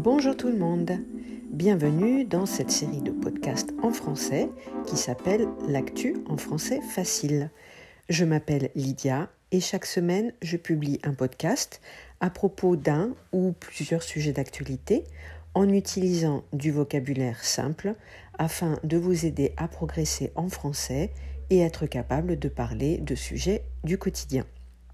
Bonjour tout le monde, bienvenue dans cette série de podcasts en français qui s'appelle L'actu en français facile. Je m'appelle Lydia et chaque semaine je publie un podcast à propos d'un ou plusieurs sujets d'actualité en utilisant du vocabulaire simple afin de vous aider à progresser en français et être capable de parler de sujets du quotidien.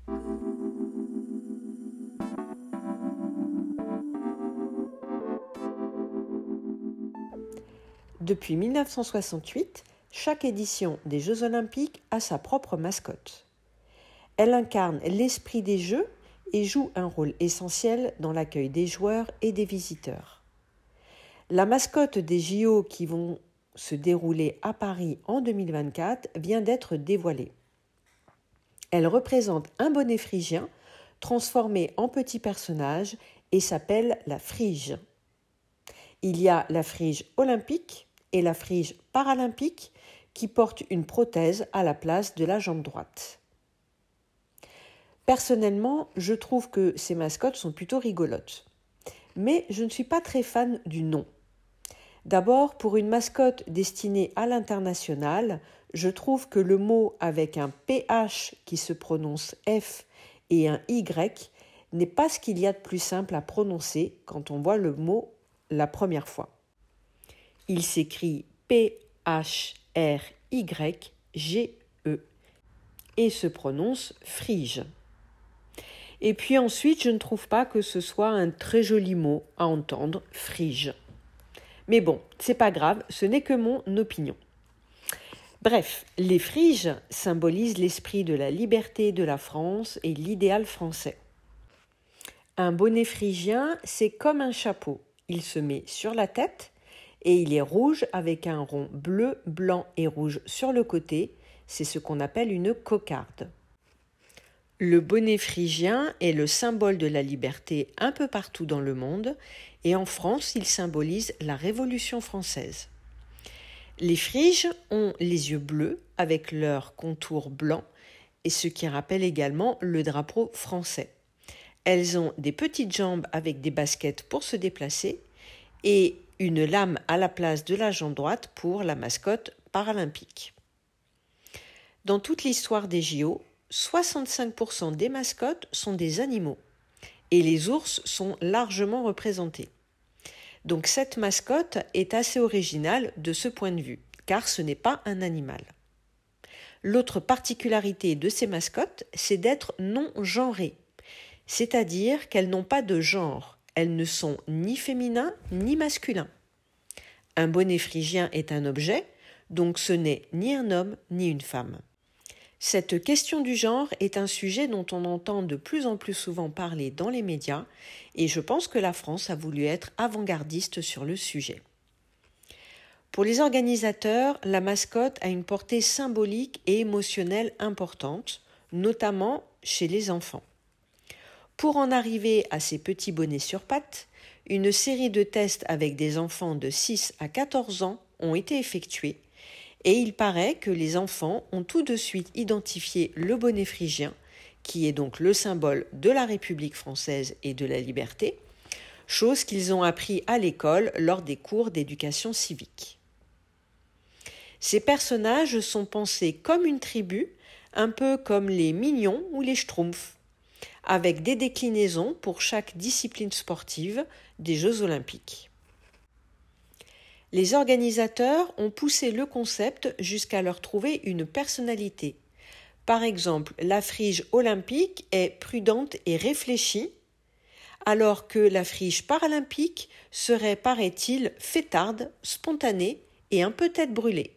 Depuis 1968, chaque édition des Jeux Olympiques a sa propre mascotte. Elle incarne l'esprit des Jeux et joue un rôle essentiel dans l'accueil des joueurs et des visiteurs. La mascotte des JO qui vont se dérouler à Paris en 2024 vient d'être dévoilée. Elle représente un bonnet phrygien transformé en petit personnage et s'appelle la Frige. Il y a la Frige olympique et la Frige paralympique qui porte une prothèse à la place de la jambe droite. Personnellement, je trouve que ces mascottes sont plutôt rigolotes. Mais je ne suis pas très fan du nom. D'abord, pour une mascotte destinée à l'international, je trouve que le mot avec un PH qui se prononce F et un Y n'est pas ce qu'il y a de plus simple à prononcer quand on voit le mot la première fois. Il s'écrit P-H-R-Y-G-E et se prononce frige. Et puis ensuite, je ne trouve pas que ce soit un très joli mot à entendre, frige. Mais bon, c'est pas grave, ce n'est que mon opinion. Bref, les friges symbolisent l'esprit de la liberté de la France et l'idéal français. Un bonnet phrygien, c'est comme un chapeau. Il se met sur la tête et il est rouge avec un rond bleu, blanc et rouge sur le côté. C'est ce qu'on appelle une cocarde. Le bonnet phrygien est le symbole de la liberté un peu partout dans le monde et en France, il symbolise la Révolution française. Les Phryges ont les yeux bleus avec leur contour blanc et ce qui rappelle également le drapeau français. Elles ont des petites jambes avec des baskets pour se déplacer et une lame à la place de la jambe droite pour la mascotte paralympique. Dans toute l'histoire des JO, 65% des mascottes sont des animaux et les ours sont largement représentés. Donc cette mascotte est assez originale de ce point de vue, car ce n'est pas un animal. L'autre particularité de ces mascottes, c'est d'être non genrées, c'est-à-dire qu'elles n'ont pas de genre. Elles ne sont ni féminins ni masculins. Un bonnet phrygien est un objet, donc ce n'est ni un homme ni une femme. Cette question du genre est un sujet dont on entend de plus en plus souvent parler dans les médias et je pense que la France a voulu être avant-gardiste sur le sujet. Pour les organisateurs, la mascotte a une portée symbolique et émotionnelle importante, notamment chez les enfants. Pour en arriver à ces petits bonnets sur pattes, une série de tests avec des enfants de 6 à 14 ans ont été effectués et il paraît que les enfants ont tout de suite identifié le bonnet phrygien, qui est donc le symbole de la République française et de la liberté, chose qu'ils ont appris à l'école lors des cours d'éducation civique. Ces personnages sont pensés comme une tribu, un peu comme les Mignons ou les Schtroumpfs, avec des déclinaisons pour chaque discipline sportive des Jeux Olympiques. Les organisateurs ont poussé le concept jusqu'à leur trouver une personnalité. Par exemple, la Frige olympique est prudente et réfléchie, alors que la Frige paralympique serait, paraît-il, fêtarde, spontanée et un peu tête brûlée.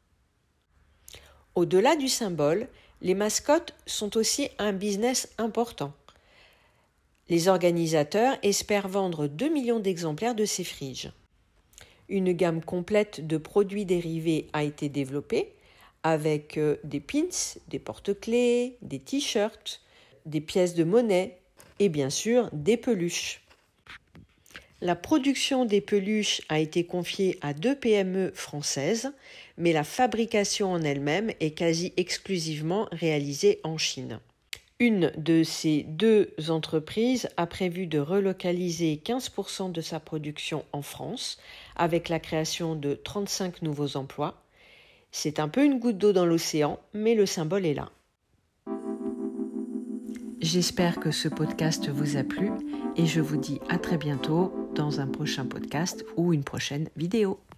Au-delà du symbole, les mascottes sont aussi un business important. Les organisateurs espèrent vendre 2 millions d'exemplaires de ces friges. Une gamme complète de produits dérivés a été développée avec des pins, des porte-clés, des t-shirts, des pièces de monnaie et bien sûr des peluches. La production des peluches a été confiée à 2 PME françaises, mais la fabrication en elle-même est quasi exclusivement réalisée en Chine. Une de ces deux entreprises a prévu de relocaliser 15% de sa production en France avec la création de 35 nouveaux emplois. C'est un peu une goutte d'eau dans l'océan, mais le symbole est là. J'espère que ce podcast vous a plu et je vous dis à très bientôt dans un prochain podcast ou une prochaine vidéo.